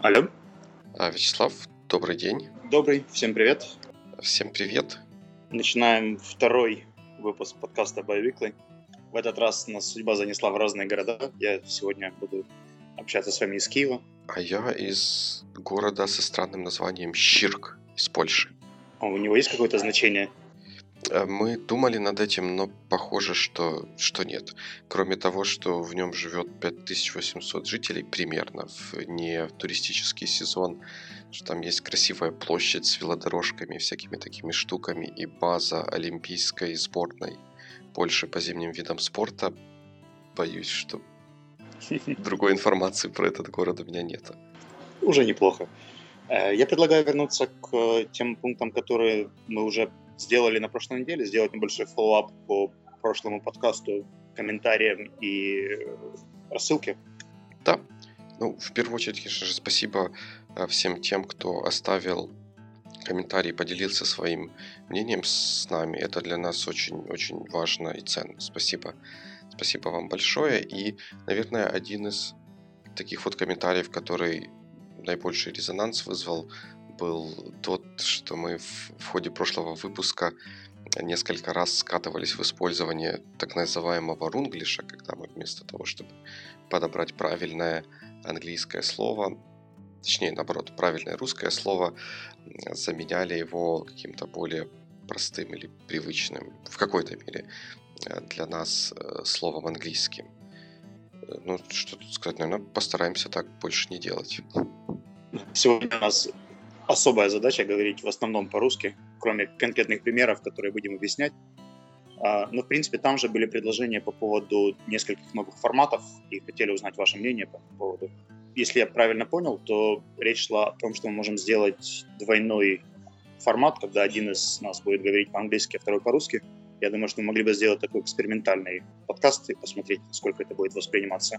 Алло, Вячеслав, добрый день. добрый, всем привет. Всем привет. Начинаем второй выпуск подкаста Biweekly. В этот раз нас судьба занесла в разные города. Я сегодня буду общаться с вами из Киева. А я из города со странным названием Щирк из Польши. А у него есть какое-то значение? Мы думали над этим, но похоже, что нет. Кроме того, что в нем живет 5800 жителей примерно в не туристический сезон, что там есть красивая площадь с велодорожками, всякими такими штуками и база олимпийской сборной Польши по зимним видам спорта. Боюсь, что другой информации про этот город у меня нет. Уже неплохо. Я предлагаю вернуться к тем пунктам, которые мы уже сделали на прошлой неделе, сделать небольшой фоллоуап по прошлому подкасту, комментариям и рассылке. Да. Ну, в первую очередь, конечно же, спасибо всем тем, кто оставил комментарий, поделился своим мнением с нами. Это для нас очень-очень важно и ценно. Спасибо. Спасибо вам большое. И, наверное, один из таких вот комментариев, который наибольший резонанс вызвал, был тот, что мы в ходе прошлого выпуска несколько раз скатывались в использование так называемого рунглиша, когда мы вместо того, чтобы подобрать правильное английское слово, точнее, наоборот, правильное русское слово, заменяли его каким-то более простым или привычным, в какой-то мере, для нас словом английским. Ну, что тут сказать, наверное, постараемся так больше не делать. Сегодня у нас особая задача говорить в основном по-русски, кроме конкретных примеров, которые будем объяснять. Но, в принципе, там же были предложения по поводу нескольких новых форматов, и хотели узнать ваше мнение по этому поводу. Если я правильно понял, то речь шла о том, что мы можем сделать двойной формат, когда один из нас будет говорить по-английски, а второй по-русски. Я думаю, что мы могли бы сделать такой экспериментальный подкаст и посмотреть, насколько это будет восприниматься.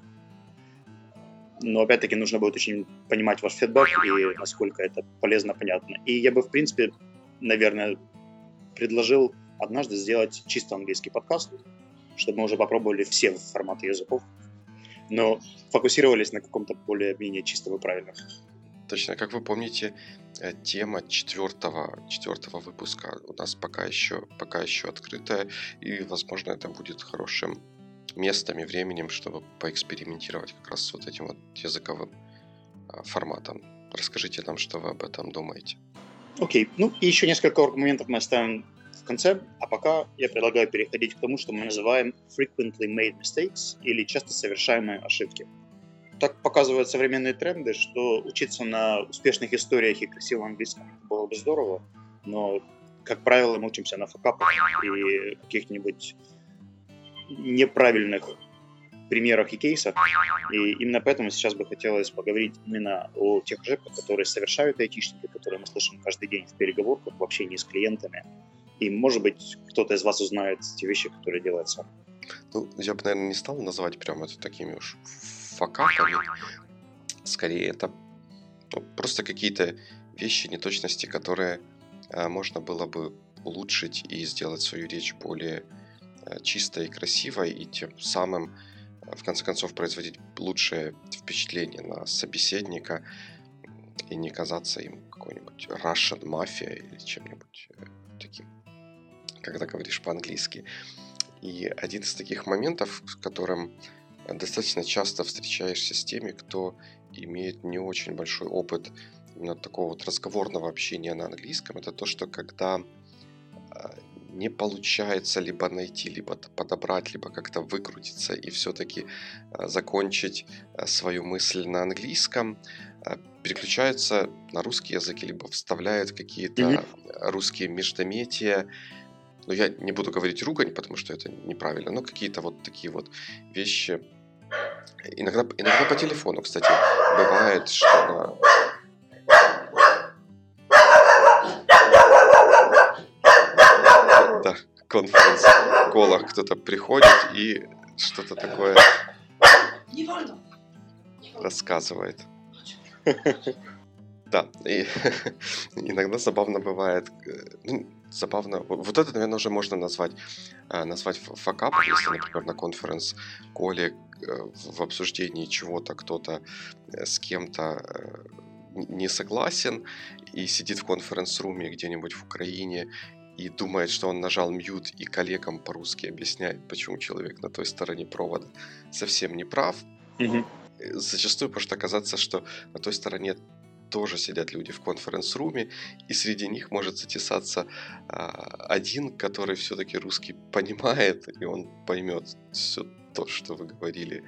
Но, опять-таки, нужно будет очень понимать ваш фидбэк и насколько это полезно, понятно. И я бы, в принципе, наверное, предложил однажды сделать чисто английский подкаст, чтобы мы уже попробовали все форматы языков, но фокусировались на каком-то более-менее чистом и правильном. Точно, как вы помните, тема четвертого выпуска у нас пока еще открытая, и, возможно, это будет хорошим местом и временем, чтобы поэкспериментировать как раз с вот этим вот языковым форматом. Расскажите нам, что вы об этом думаете. Окей, ну и еще несколько аргументов мы оставим в конце, а пока я предлагаю переходить к тому, что мы называем frequently made mistakes или часто совершаемые ошибки. Так показывают современные тренды, что учиться на успешных историях и красивом английском было бы здорово, но, как правило, мы учимся на факапах и каких-нибудь неправильных примерах и кейсах. И именно поэтому сейчас бы хотелось поговорить именно о тех ошибках, которые совершают айтишники, которые мы слышим каждый день в переговорках, в общении с клиентами. И, может быть, кто-то из вас узнает те вещи, которые делает сам. Ну, я бы, наверное, не стал называть прямо это такими уж факапами. Скорее, это просто какие-то вещи, неточности, которые можно было бы улучшить и сделать свою речь более чистой и красивой, и тем самым, в конце концов, производить лучшее впечатление на собеседника и не казаться им какой-нибудь Russian Mafia или чем-нибудь таким, когда говоришь по-английски. И один из таких моментов, с которым достаточно часто встречаешься с теми, кто имеет не очень большой опыт именно такого вот разговорного общения на английском, это то, что когда не получается либо найти, либо подобрать, либо как-то выкрутиться и все-таки закончить свою мысль на английском, переключаются на русский язык, либо вставляют какие-то русские междометия. Но я не буду говорить ругань, потому что это неправильно, но какие-то вот такие вот вещи. Иногда по телефону, кстати, бывает, что на конференц-колах кто-то приходит и что-то такое рассказывает. Да, и иногда забавно бывает, забавно, вот это, наверное, уже можно назвать факапом, если, например, на конференц-коле в обсуждении чего-то кто-то с кем-то не согласен и сидит в конференц-руме где-нибудь в Украине и думает, что он нажал мьют, и коллегам по-русски объясняет, почему человек на той стороне провода совсем не прав. Мгм. Зачастую может оказаться, что на той стороне тоже сидят люди в конференц-руме, и среди них может затесаться один, который все-таки русский понимает, и он поймет все то, что вы говорили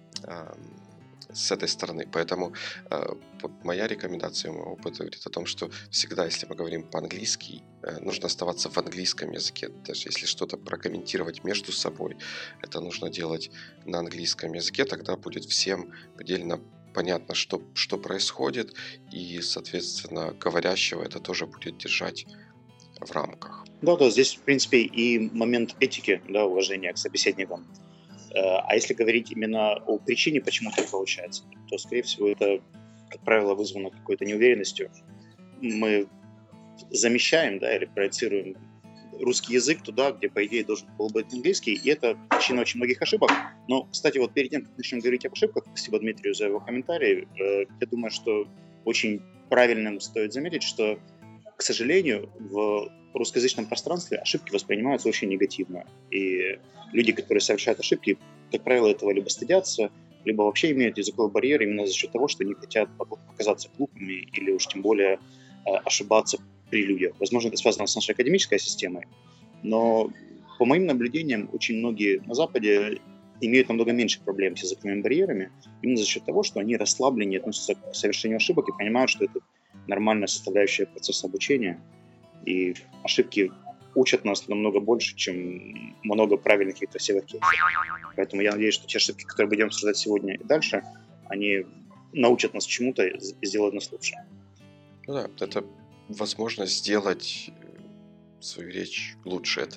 с этой стороны. Поэтому вот моя рекомендация, мой опыт говорит о том, что всегда, если мы говорим по-английски, нужно оставаться в английском языке. Даже если что-то прокомментировать между собой, это нужно делать на английском языке, тогда будет всем предельно понятно, что происходит, и, соответственно, говорящего это тоже будет держать в рамках. Да, здесь, в принципе, и момент этики, да, уважения к собеседникам. А если говорить именно о причине, почему так получается, то, скорее всего, это, как правило, вызвано какой-то неуверенностью. Мы замещаем, да, или проецируем русский язык туда, где, по идее, должен был быть английский, и это причина очень многих ошибок. Но, кстати, вот перед тем, как начнем говорить об ошибках, спасибо Дмитрию за его комментарий, я думаю, что очень правильным стоит заметить, что, к сожалению, в русскоязычном пространстве ошибки воспринимаются очень негативно. И люди, которые совершают ошибки, как правило, этого либо стыдятся, либо вообще имеют языковой барьер именно за счет того, что не хотят показаться глупыми или уж тем более ошибаться при людях. Возможно, это связано с нашей академической системой, но по моим наблюдениям, очень многие на Западе имеют намного меньше проблем с языковыми барьерами именно за счет того, что они расслабленнее относятся к совершению ошибок и понимают, что это нормальная составляющая процесса обучения. И ошибки учат нас намного больше, чем много правильных и красивых кейсов. Поэтому я надеюсь, что те ошибки, которые будем обсуждать сегодня и дальше, они научат нас чему-то и сделают нас лучше. Ну да, это возможность сделать свою речь лучше. Это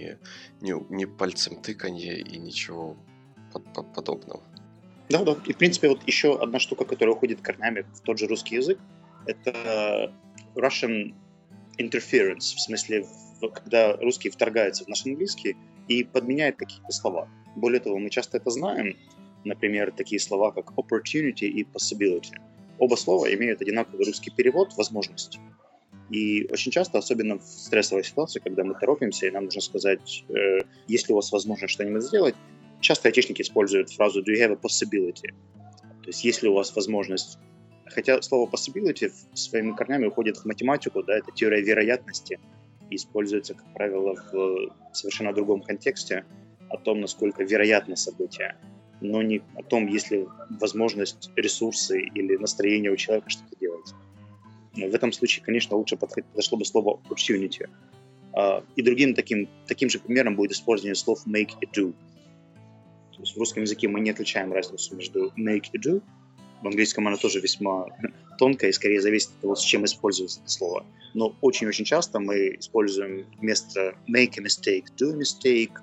не пальцем тыканье и ничего подобного. Да. И, в принципе, вот еще одна штука, которая уходит корнями в тот же русский язык, это Russian interference, в смысле, когда русский вторгается в наш английский и подменяет какие-то слова. Более того, мы часто это знаем, например, такие слова, как opportunity и possibility. Оба слова имеют одинаковый русский перевод «возможность». И очень часто, особенно в стрессовой ситуации, когда мы торопимся, и нам нужно сказать, есть ли у вас возможность что-нибудь сделать, часто айтишники используют фразу «do you have a possibility?». То есть есть ли у вас возможность. Хотя слово possibility своими корнями уходит в математику, да, это теория вероятности, и используется, как правило, в совершенно другом контексте, о том, насколько вероятно событие, но не о том, есть ли возможность, ресурсы или настроение у человека что-то делать. В этом случае, конечно, лучше подошло бы слово opportunity. И другим таким же примером будет использование слов make и do. То есть в русском языке мы не отличаем разницу между make и do. В английском она тоже весьма тонкая и скорее зависит от того, с чем используется это слово. Но очень-очень часто мы используем вместо make a mistake, do a mistake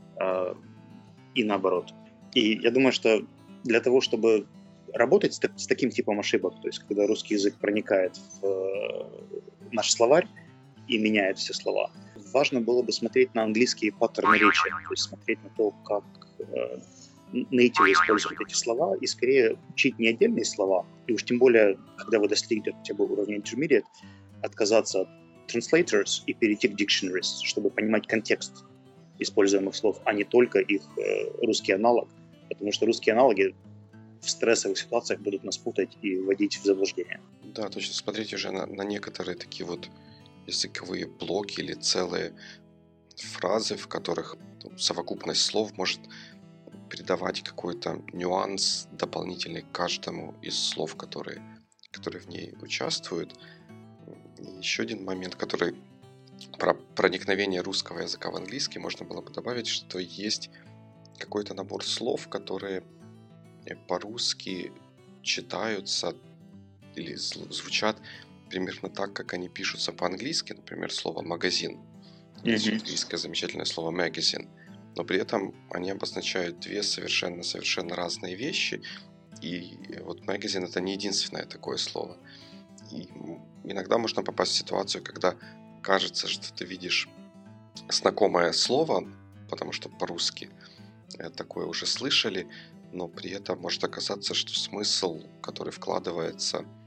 и наоборот. И я думаю, что для того, чтобы работать с таким типом ошибок, то есть когда русский язык проникает в наш словарь и меняет все слова, важно было бы смотреть на английские паттерны речи, то есть смотреть на то, как нейтивы используют эти слова, и скорее учить не отдельные слова, и уж тем более, когда вы достигнете хотя бы уровня intermediate, отказаться от translators и перейти к dictionaries, чтобы понимать контекст используемых слов, а не только их русский аналог, потому что русские аналоги в стрессовых ситуациях будут нас путать и вводить в заблуждение. Да, точно. Смотрите уже на некоторые такие вот языковые блоки или целые фразы, в которых совокупность слов может придавать какой-то нюанс дополнительный к каждому из слов, которые в ней участвуют. И еще один момент, который про проникновение русского языка в английский можно было бы добавить, что есть какой-то набор слов, которые по-русски читаются или звучат примерно так, как они пишутся по-английски. Например, слово «магазин». Есть английское замечательное слово «magazine». Но при этом они обозначают две совершенно разные вещи. И вот «magazine» — это не единственное такое слово. И иногда можно попасть в ситуацию, когда кажется, что ты видишь знакомое слово, потому что по-русски такое уже слышали, но при этом может оказаться, что смысл, который вкладывается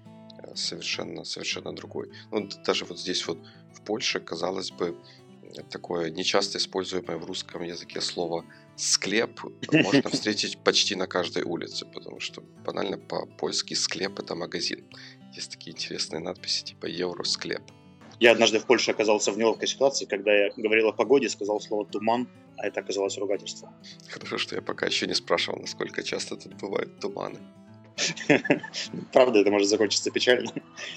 совершенно другой. Ну, даже вот здесь вот в Польше, казалось бы, такое нечасто используемое в русском языке слово «склеп» можно встретить почти на каждой улице, потому что банально по-польски «склеп» — это магазин. Есть такие интересные надписи типа «Евросклеп». Я однажды в Польше оказался в неловкой ситуации, когда я говорил о погоде, сказал слово «туман», а это оказалось ругательством. Хорошо, что я пока еще не спрашивал, насколько часто тут бывают туманы. Правда, это может закончиться печально.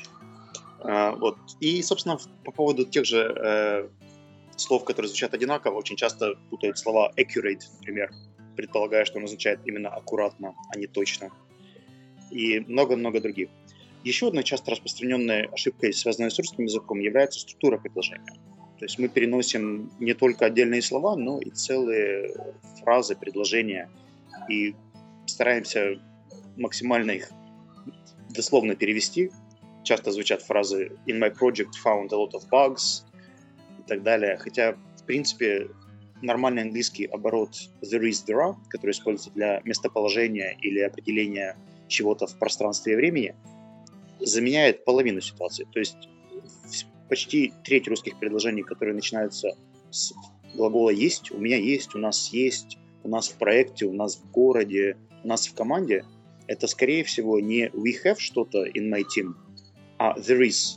Вот. И, собственно, по поводу тех же слов, которые звучат одинаково, очень часто путают слова accurate, например, предполагая, что он означает именно аккуратно, а не точно. И много-много других. Еще одной часто распространенной ошибкой, связанной с русским языком, является структура предложения. То есть мы переносим не только отдельные слова, но и целые фразы, предложения, и стараемся максимально их дословно перевести. Часто звучат фразы «In my project found a lot of bugs» и так далее. Хотя, в принципе, нормальный английский оборот «there is, there are», который используется для местоположения или определения чего-то в пространстве и времени, заменяет половину ситуации. То есть почти треть русских предложений, которые начинаются с глагола «есть», «у меня есть», «у нас есть», «у нас в проекте», «у нас в городе», «у нас в команде», это, скорее всего, не «we have что-то in my team», а «there is».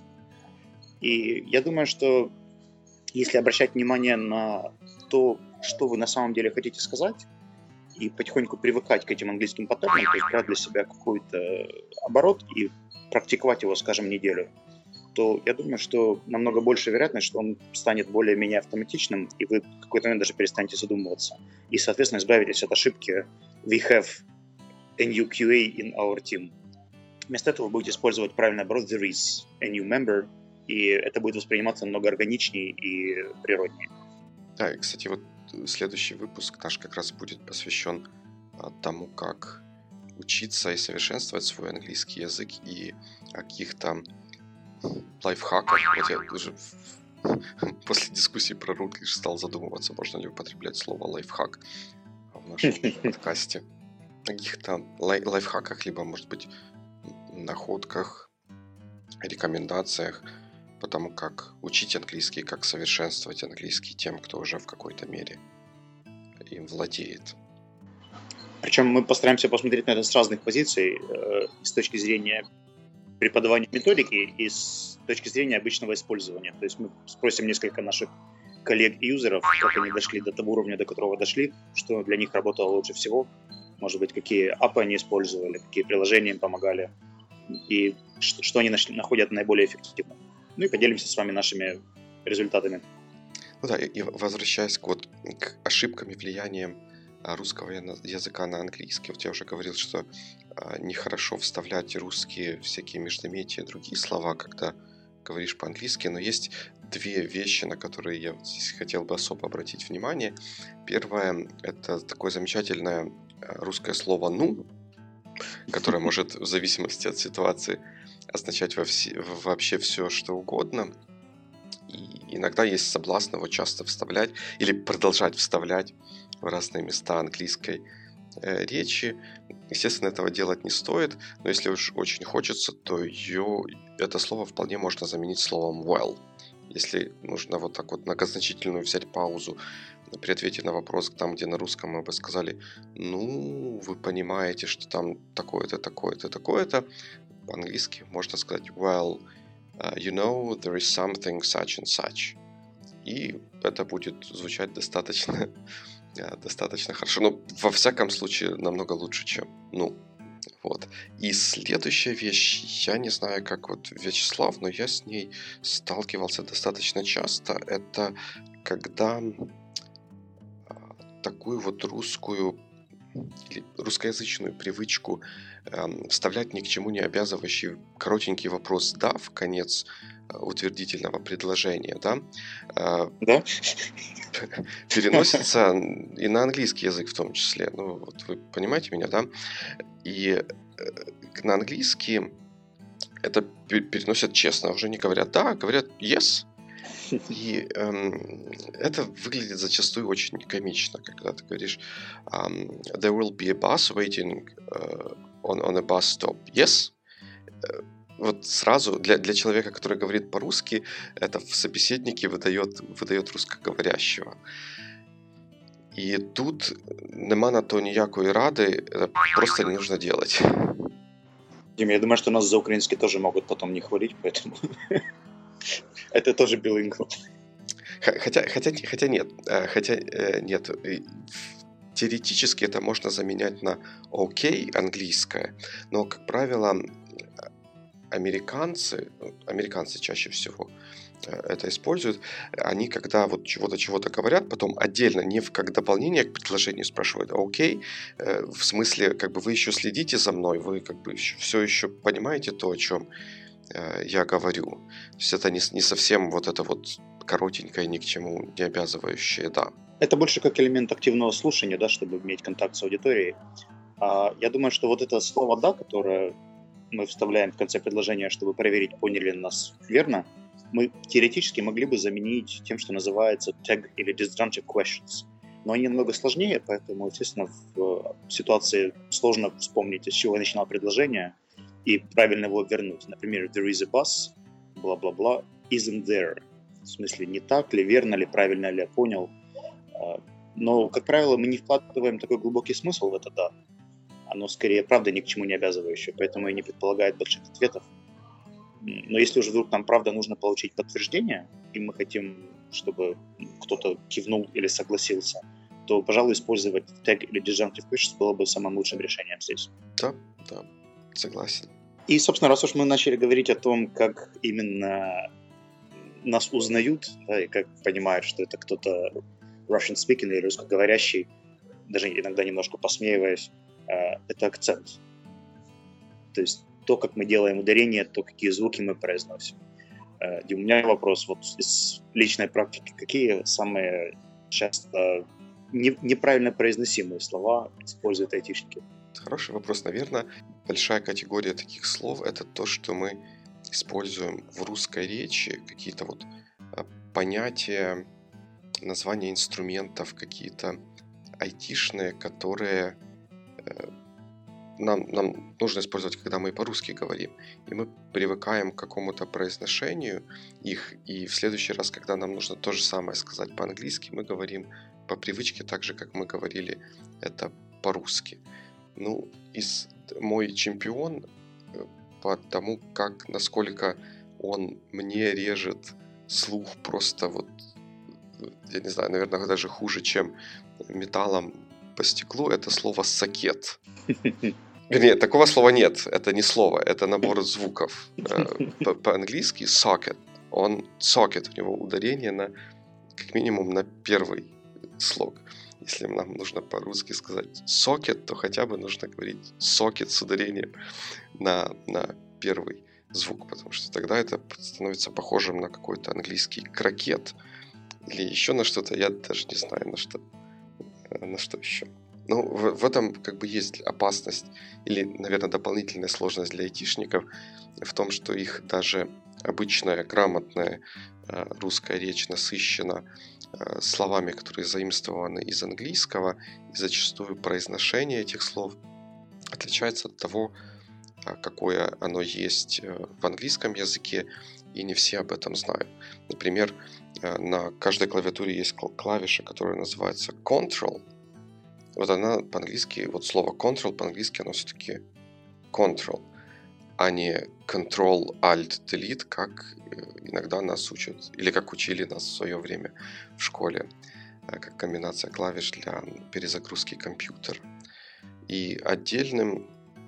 И я думаю, что если обращать внимание на то, что вы на самом деле хотите сказать, и потихоньку привыкать к этим английским паттернам, то есть брать для себя какой-то оборот и практиковать его, скажем, неделю, то я думаю, что намного больше вероятность, что он станет более-менее автоматичным, и вы в какой-то момент даже перестанете задумываться. И, соответственно, избавитесь от ошибки «we have a new QA in our team». Вместо этого вы будете использовать правильный оборот «there is a new member», и это будет восприниматься намного органичнее и природнее. Да, и, кстати, вот следующий выпуск наш как раз будет посвящен тому, как учиться и совершенствовать свой английский язык и о каких-то лайфхаках. Вот я уже после дискуссии про русский стал задумываться, можно ли употреблять слово лайфхак в нашем подкасте. О каких-то лайфхаках, либо, может быть, находках, рекомендациях по тому, как учить английский, как совершенствовать английский тем, кто уже в какой-то мере им владеет. Причем мы постараемся посмотреть на это с разных позиций, с точки зрения преподавания методики и с точки зрения обычного использования. То есть мы спросим несколько наших коллег и юзеров, как они дошли до того уровня, до которого дошли, что для них работало лучше всего, может быть, какие апы они использовали, какие приложения им помогали, и что они находят наиболее эффективным. Ну и поделимся с вами нашими результатами. Ну да, и возвращаясь к ошибкам и влияниям русского языка на английский. Вот я уже говорил, что нехорошо вставлять русские всякие междометия, другие слова, когда говоришь по-английски, но есть две вещи, на которые я вот здесь хотел бы особо обратить внимание. Первое — это такое замечательное русское слово «ну», которое может в зависимости от ситуации означать вообще все, что угодно. И иногда есть соблазн его часто вставлять или продолжать вставлять в разные места английской речи. Естественно, этого делать не стоит, но если уж очень хочется, то это слово вполне можно заменить словом well. Если нужно вот так вот многозначительную взять паузу при ответе на вопрос, там, где на русском мы бы сказали, ну, вы понимаете, что там такое-то, такое-то, такое-то, по-английски можно сказать well, you know, there is something such and such. И это будет звучать достаточно хорошо. Но во всяком случае намного лучше, чем «ну». Вот. И следующая вещь, я не знаю, как вот Вячеслав, но я с ней сталкивался достаточно часто. Это когда такую вот русскую или русскоязычную привычку вставлять ни к чему не обязывающий коротенький вопрос «да» в конец утвердительного предложения, да, Да? переносится и на английский язык в том числе. Ну, вот вы понимаете меня, да? И на английский это переносят честно, уже не говорят «да», говорят «yes». И это выглядит зачастую очень комично, когда ты говоришь «There will be a bus waiting on a bus stop. Yes?» вот сразу для человека, который говорит по-русски, это в собеседнике выдает русскоговорящего. І тут нема на то ніякої ради, это просто не нужно делать. Дим, я думаю, что нас за украинский тоже могут потом не хвалить, поэтому это тоже билингвал. Хотя нет. Нет. Теоретически это можно заменять на окей английское, но, как правило, американцы чаще всего это используют, они когда вот чего-то говорят, потом отдельно, не как дополнение к предложению спрашивают, а окей, в смысле, как бы вы еще следите за мной, вы как бы все еще понимаете то, о чем я говорю. То есть это не совсем вот это вот коротенькое, ни к чему не обязывающее «да». Это больше как элемент активного слушания, да, чтобы иметь контакт с аудиторией. Я думаю, что вот это слово «да», которое мы вставляем в конце предложения, чтобы проверить, поняли нас верно, мы теоретически могли бы заменить тем, что называется tag или disjunctive questions. Но они намного сложнее, поэтому, естественно, в ситуации сложно вспомнить, с чего я начинал предложение, и правильно его вернуть. Например, there is a bus, бла-бла-бла, isn't there. В смысле, не так ли, верно ли, правильно ли я понял. Но, как правило, мы не вкладываем такой глубокий смысл в это «да». Оно, скорее, правда, ни к чему не обязывающее, поэтому и не предполагает больших ответов. Но если уже вдруг нам, правда, нужно получить подтверждение, и мы хотим, чтобы кто-то кивнул или согласился, то, пожалуй, использовать tag или disjunctive questions было бы самым лучшим решением здесь. Да, согласен. И, собственно, раз уж мы начали говорить о том, как именно нас узнают, да, и как понимают, что это кто-то Russian speaking или русскоговорящий, даже иногда немножко посмеиваясь, это акцент. То есть то, как мы делаем ударение, то, какие звуки мы произносим. Дим, у меня вопрос вот из личной практики. Какие самые часто неправильно произносимые слова используют айтишники? Хороший вопрос. Наверное, большая категория таких слов – это то, что мы используем в русской речи, какие-то вот понятия, названия инструментов, какие-то айтишные, которые нам нужно использовать, когда мы по-русски говорим. И мы привыкаем к какому-то произношению их, и в следующий раз, когда нам нужно то же самое сказать по-английски, мы говорим по привычке так же, как мы говорили это по-русски. Ну, мой чемпион по тому, насколько он мне режет слух просто вот, я не знаю, наверное, даже хуже, чем металлом по стеклу, это слово «сокет». Вернее, такого слова нет, это не слово, это набор звуков. По-английски socket, socket, у него ударение как минимум на первый слог. Если нам нужно по-русски сказать socket, то хотя бы нужно говорить socket с ударением на первый звук, потому что тогда это становится похожим на какой-то английский крокет или еще на что-то, я даже не знаю, на что еще. Ну, в этом как бы есть опасность или, наверное, дополнительная сложность для айтишников в том, что их даже обычная, грамотная русская речь насыщена словами, которые заимствованы из английского, и зачастую произношение этих слов отличается от того, какое оно есть в английском языке, и не все об этом знают. Например, на каждой клавиатуре есть клавиша, которая называется Control. Вот она по-английски, вот слово Control по-английски оно все-таки Control, а не Control-Alt-Delete, как иногда нас учат, или как учили нас в свое время в школе, как комбинация клавиш для перезагрузки компьютера. И отдельным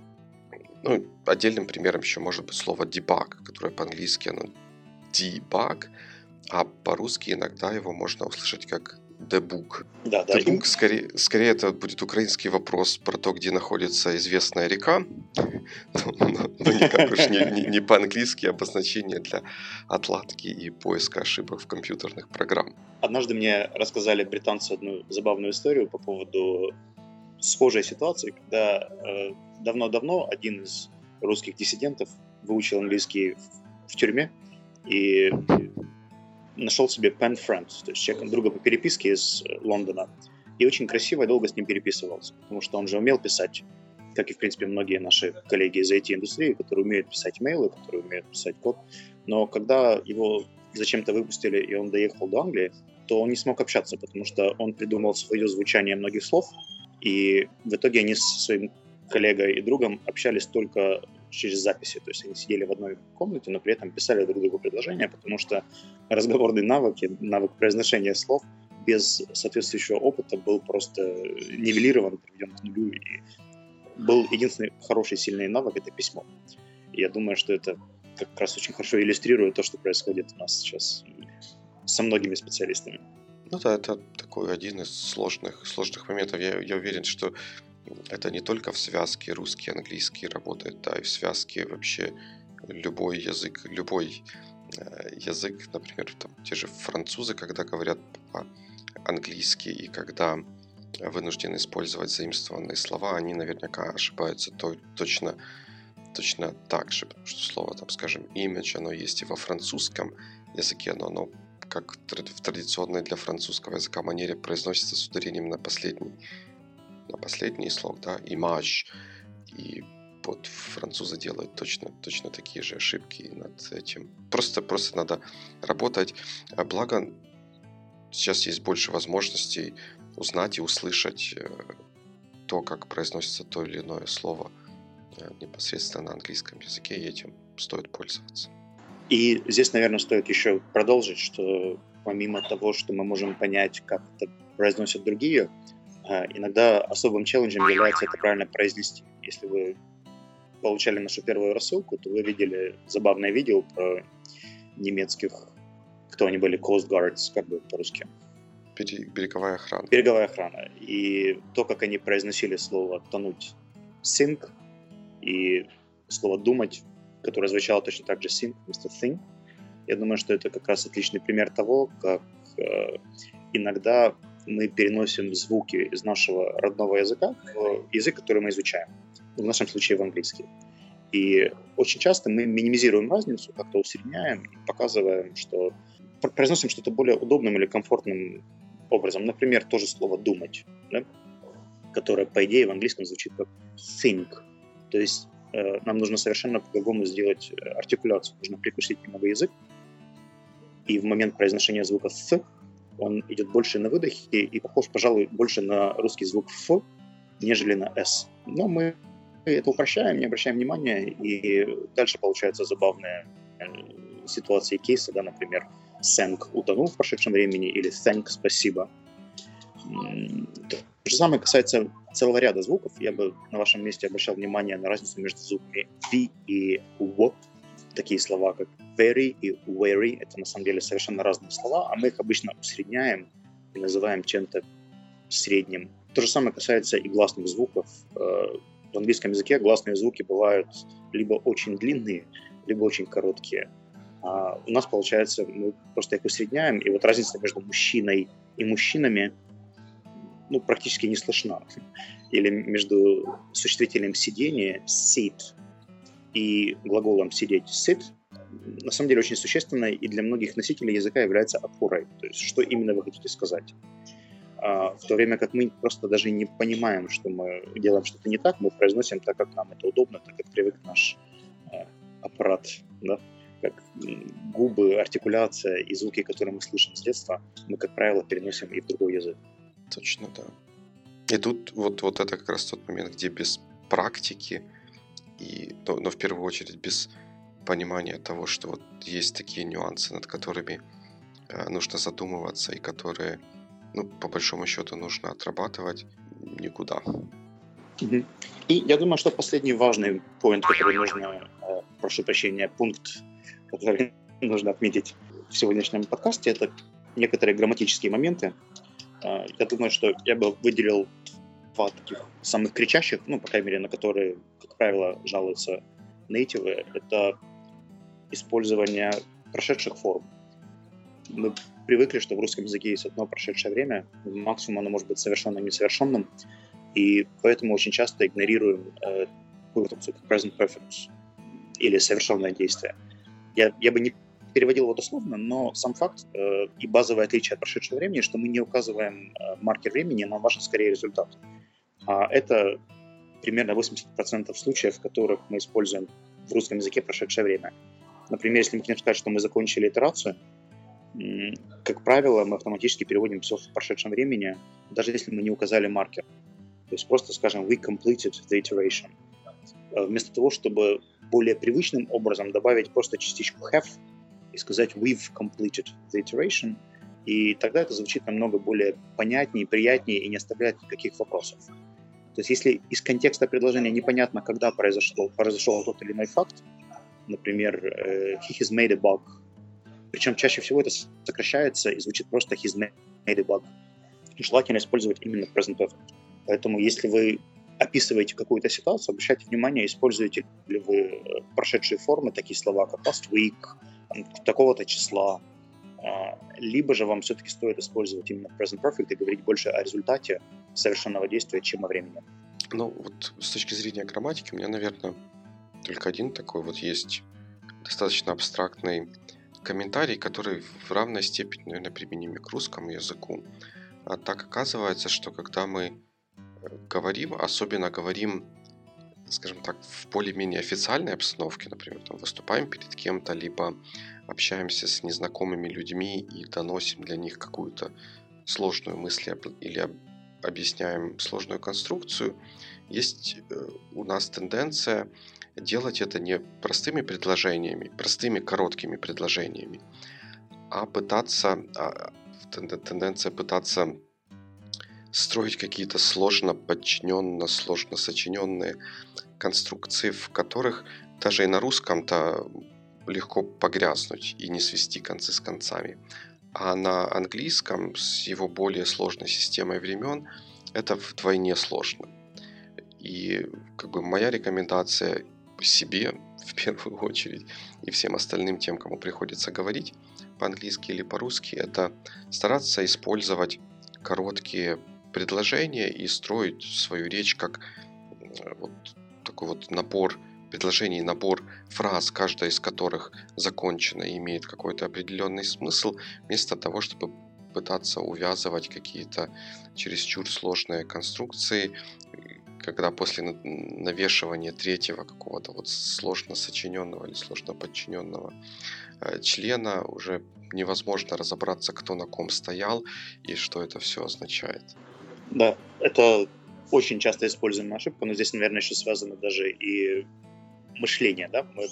примером еще может быть слово debug, которое по-английски оно debug, а по-русски иногда его можно услышать как debug. Да. Debug, скорее это будет украинский вопрос про то, где находится известная река, но никак уж не по-английски обозначение для отладки и поиска ошибок в компьютерных программах. Однажды мне рассказали британцы одну забавную историю по поводу схожей ситуации, когда давно-давно один из русских диссидентов выучил английский в тюрьме и нашел себе pen friend, то есть человека, друга по переписке из Лондона, и очень красиво и долго с ним переписывался, потому что он же умел писать как и, в принципе, многие наши коллеги из IT-индустрии, которые умеют писать имейлы, которые умеют писать код. Но когда его зачем-то выпустили, и он доехал до Англии, то он не смог общаться, потому что он придумал свое звучание многих слов, и в итоге они со своим коллегой и другом общались только через записи. То есть они сидели в одной комнате, но при этом писали друг другу предложения, потому что разговорные навыки, навык произношения слов без соответствующего опыта был просто нивелирован, приведен к нулю. И был единственный хороший, сильный навык — это письмо. И я думаю, что это как раз очень хорошо иллюстрирует то, что происходит у нас сейчас со многими специалистами. Ну да, это такой один из сложных моментов. Я уверен, что это не только в связке русский, английский работает, да, и в связке вообще любой язык, язык, например, там, те же французы, когда говорят по-английски и когда вынуждены использовать заимствованные слова, они наверняка ошибаются точно так же, потому что слово, там, скажем, image, оно есть и во французском языке, но оно как в традиционной для французского языка манере произносится с ударением на последний слог, да, image, и вот французы делают точно такие же ошибки над этим. Просто надо работать. Благо, сейчас есть больше возможностей узнать и услышать то, как произносится то или иное слово непосредственно на английском языке, и этим стоит пользоваться. И здесь, наверное, стоит еще продолжить, что помимо того, что мы можем понять, как это произносят другие, иногда особым челленджем является это правильно произнести. Если вы получали нашу первую рассылку, то вы видели забавное видео про немецких, кто они были, Coast Guards, как бы по-русски. Береговая охрана. Береговая охрана. И то, как они произносили слово «тонуть» — «sink», и слово «думать», которое звучало точно так же «sink» вместо «think. Я думаю, что это как раз отличный пример того, как иногда мы переносим звуки из нашего родного языка в язык, который мы изучаем. В нашем случае в английский. И очень часто мы минимизируем разницу, как-то усредняем и показываем, что произносим что-то более удобным или комфортным образом. Например, то же слово «думать», да? Которое, по идее, в английском звучит как «think». То есть нам нужно совершенно по-другому сделать артикуляцию. Нужно прикусить немного язык, и в момент произношения звука «th» он идет больше на выдохе и похож, пожалуй, больше на русский звук «ф», нежели на «с». Но мы это упрощаем, не обращаем внимания, и дальше получаются забавные ситуации, кейсы, да, например, «thank» утонул в прошедшем времени или «thank» спасибо. То же самое касается целого ряда звуков. Я бы на вашем месте обращал внимание на разницу между звуками «v» и «w». Такие слова, как very и wary, это на самом деле совершенно разные слова, а мы их обычно усредняем и называем чем-то средним. То же самое касается и гласных звуков. В английском языке гласные звуки бывают либо очень длинные, либо очень короткие. А у нас, получается, мы просто их усредняем, и вот разница между мужчиной и мужчинами практически не слышна. Или между существительным сидение sit и глаголом сидеть sit на самом деле очень существенно и для многих носителей языка является опорой. То есть что именно вы хотите сказать. В то время как мы просто даже не понимаем, что мы делаем что-то не так, мы произносим так, как нам это удобно, так, как привык наш аппарат, да? Как губы, артикуляция и звуки, которые мы слышим с детства, мы, как правило, переносим и в другой язык. Точно, да. И тут вот это как раз тот момент, где без практики, но в первую очередь без понимания того, что вот есть такие нюансы, над которыми нужно задумываться и которые, по большому счету, нужно отрабатывать, никуда. И я думаю, что последний важный пункт, который пункт, который нужно отметить в сегодняшнем подкасте, это некоторые грамматические моменты. Я думаю, что я бы выделил два таких самых кричащих, по крайней мере, на которые, как правило, жалуются нейтивы, это использование прошедших форм. Мы привыкли, что в русском языке есть одно прошедшее время, максимум оно может быть совершенным, несовершенным, и поэтому очень часто игнорируем конструкцию как present perfect или совершенное действие. Я бы не переводил его дословно, но сам факт и базовое отличие от прошедшего времени, что мы не указываем маркер времени, нам важен скорее результат. А это примерно 80% случаев, в которых мы используем в русском языке прошедшее время. Например, если мы хотим сказать, что мы закончили итерацию, как правило, мы автоматически переводим все в прошедшем времени, даже если мы не указали маркер. То есть просто скажем «we completed the iteration». Вместо того, чтобы более привычным образом добавить просто частичку have и сказать «we've completed the iteration», и тогда это звучит намного более понятнее, приятнее и не оставляет никаких вопросов. То есть если из контекста предложения непонятно, когда произошел тот или иной факт, например, he has made a bug, причем чаще всего это сокращается и звучит просто he's made a bug, желательно использовать именно present perfect. Поэтому если вы описываете какую-то ситуацию, обращайте внимание, используете ли вы прошедшие формы, такие слова, как last week, такого-то числа, либо же вам все-таки стоит использовать именно present perfect и говорить больше о результате совершенного действия, чем о времени. Ну, вот с точки зрения грамматики у меня, наверное, только один такой вот есть достаточно абстрактный комментарий, который в равной степени, наверное, применим к русскому языку. А так оказывается, что когда мы говорим, особенно говорим, скажем так, в более-менее официальной обстановке, например, там, выступаем перед кем-то, либо общаемся с незнакомыми людьми и доносим для них какую-то сложную мысль или объясняем сложную конструкцию, есть у нас тенденция делать это не простыми предложениями, простыми короткими предложениями, а тенденция пытаться строить какие-то сложно подчиненно, сложно сочиненные конструкции, в которых даже и на русском-то легко погрязнуть и не свести концы с концами. А на английском с его более сложной системой времен это вдвойне сложно. И как бы моя рекомендация себе в первую очередь и всем остальным тем, кому приходится говорить по-английски или по-русски, это стараться использовать короткие предложения и строить свою речь как вот такой вот набор предложений, набор фраз, каждая из которых закончена и имеет какой-то определенный смысл, вместо того, чтобы пытаться увязывать какие-то чересчур сложные конструкции, когда после навешивания третьего какого-то вот сложно сочиненного или сложно подчиненного члена уже невозможно разобраться, кто на ком стоял и что это все означает. Да, это очень часто используемая ошибка, но здесь, наверное, еще связано даже и мышление, да? Мы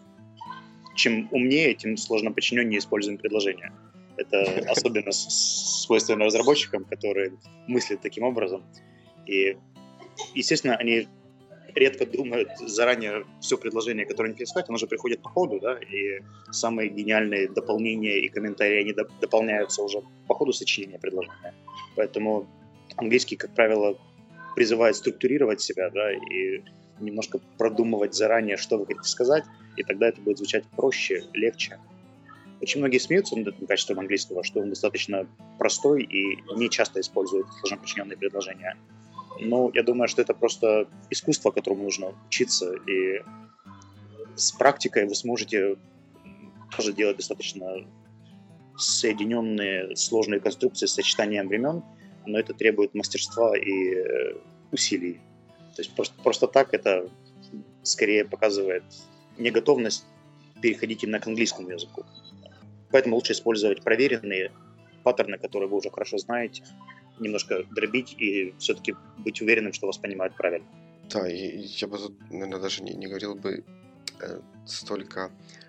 чем умнее, тем сложно подчиненнее используем предложения. Это особенно свойственно разработчикам, которые мыслят таким образом. И, естественно, они редко думают заранее все предложение, которое они хотят сказать, оно же приходит по ходу, да, и самые гениальные дополнения и комментарии, они дополняются уже по ходу сочинения предложения. Поэтому английский, как правило, призывает структурировать себя, да, и немножко продумывать заранее, что вы хотите сказать, и тогда это будет звучать проще, легче. Очень многие смеются над этим качеством английского, что он достаточно простой и не часто использует сложно подчиненные предложения. Но я думаю, что это просто искусство, которому нужно учиться, и с практикой вы сможете тоже делать достаточно соединенные сложные конструкции с сочетанием времен, но это требует мастерства и усилий. То есть просто так это скорее показывает неготовность переходить именно к английскому языку. Поэтому лучше использовать проверенные паттерны, которые вы уже хорошо знаете, немножко дробить и все-таки быть уверенным, что вас понимают правильно. Да, и я бы тут, наверное, даже не говорил бы столько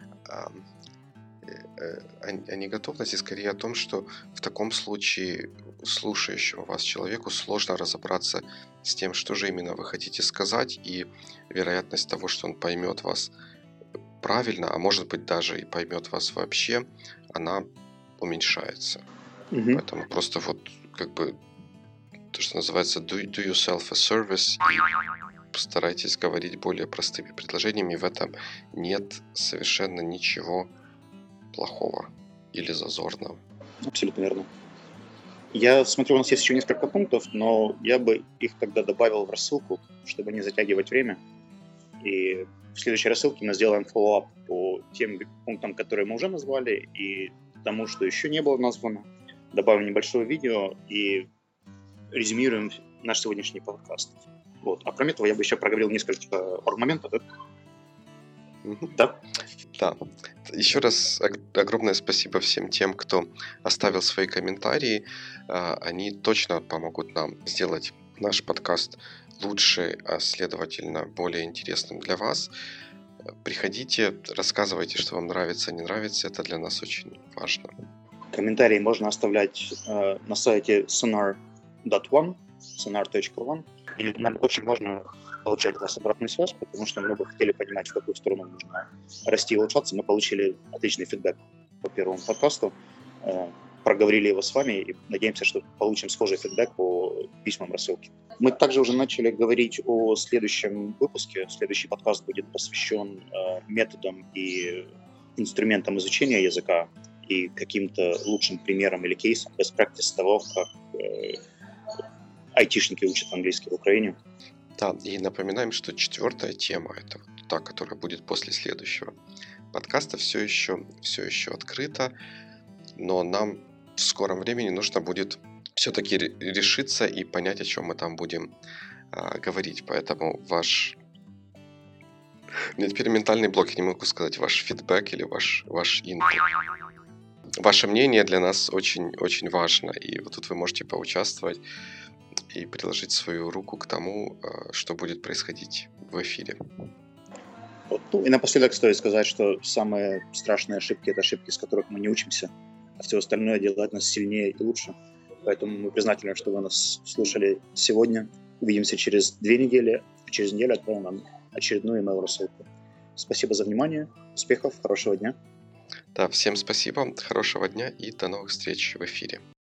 о неготовности, скорее о том, что в таком случае слушающему вас человеку сложно разобраться с тем, что же именно вы хотите сказать, и вероятность того, что он поймет вас правильно, а может быть даже и поймет вас вообще, она уменьшается. Поэтому просто вот как бы то, что называется do yourself a service, и постарайтесь говорить более простыми предложениями, в этом нет совершенно ничего плохого или зазорного. Абсолютно верно. Я смотрю, у нас есть еще несколько пунктов, но я бы их тогда добавил в рассылку, чтобы не затягивать время. И в следующей рассылке мы сделаем follow-up по тем пунктам, которые мы уже назвали, и тому, что еще не было названо. Добавим небольшое видео и резюмируем наш сегодняшний подкаст. Вот. А кроме того, я бы еще проговорил несколько моментов. Мгм. Да? Да. Еще раз огромное спасибо всем тем, кто оставил свои комментарии. Они точно помогут нам сделать наш подкаст лучше, а следовательно более интересным для вас. Приходите, рассказывайте, что вам нравится, не нравится. Это для нас очень важно. Комментарии можно оставлять на сайте sonar.one. И нам очень важно получать от вас обратную связь, потому что мы бы хотели понимать, в какую сторону нужно расти и улучшаться. Мы получили отличный фидбэк по первому подкасту, проговорили его с вами и надеемся, что получим схожий фидбэк по письмам рассылки. Мы также уже начали говорить о следующем выпуске. Следующий подкаст будет посвящен методам и инструментам изучения языка и каким-то лучшим примерам или кейсам, best practice того, как айтишники учат английский в Украине. Да, и напоминаем, что 4-я тема, это вот та, которая будет после следующего подкаста, все еще открыта, но нам в скором времени нужно будет все-таки решиться и понять, о чем мы там будем говорить. Поэтому ваш... У меня теперь ментальный блок, я не могу сказать ваш фидбэк или ваш input. Ваше мнение для нас очень важно, и вот тут вы можете поучаствовать и приложить свою руку к тому, что будет происходить в эфире. Вот. Ну, и напоследок стоит сказать, что самые страшные ошибки – это ошибки, с которых мы не учимся, а все остальное делает нас сильнее и лучше. Поэтому мы признательны, что вы нас слушали сегодня. Увидимся через 2 недели, а через неделю отправим вам очередную email-рассылку. Спасибо за внимание, успехов, хорошего дня. Да, всем спасибо, хорошего дня и до новых встреч в эфире.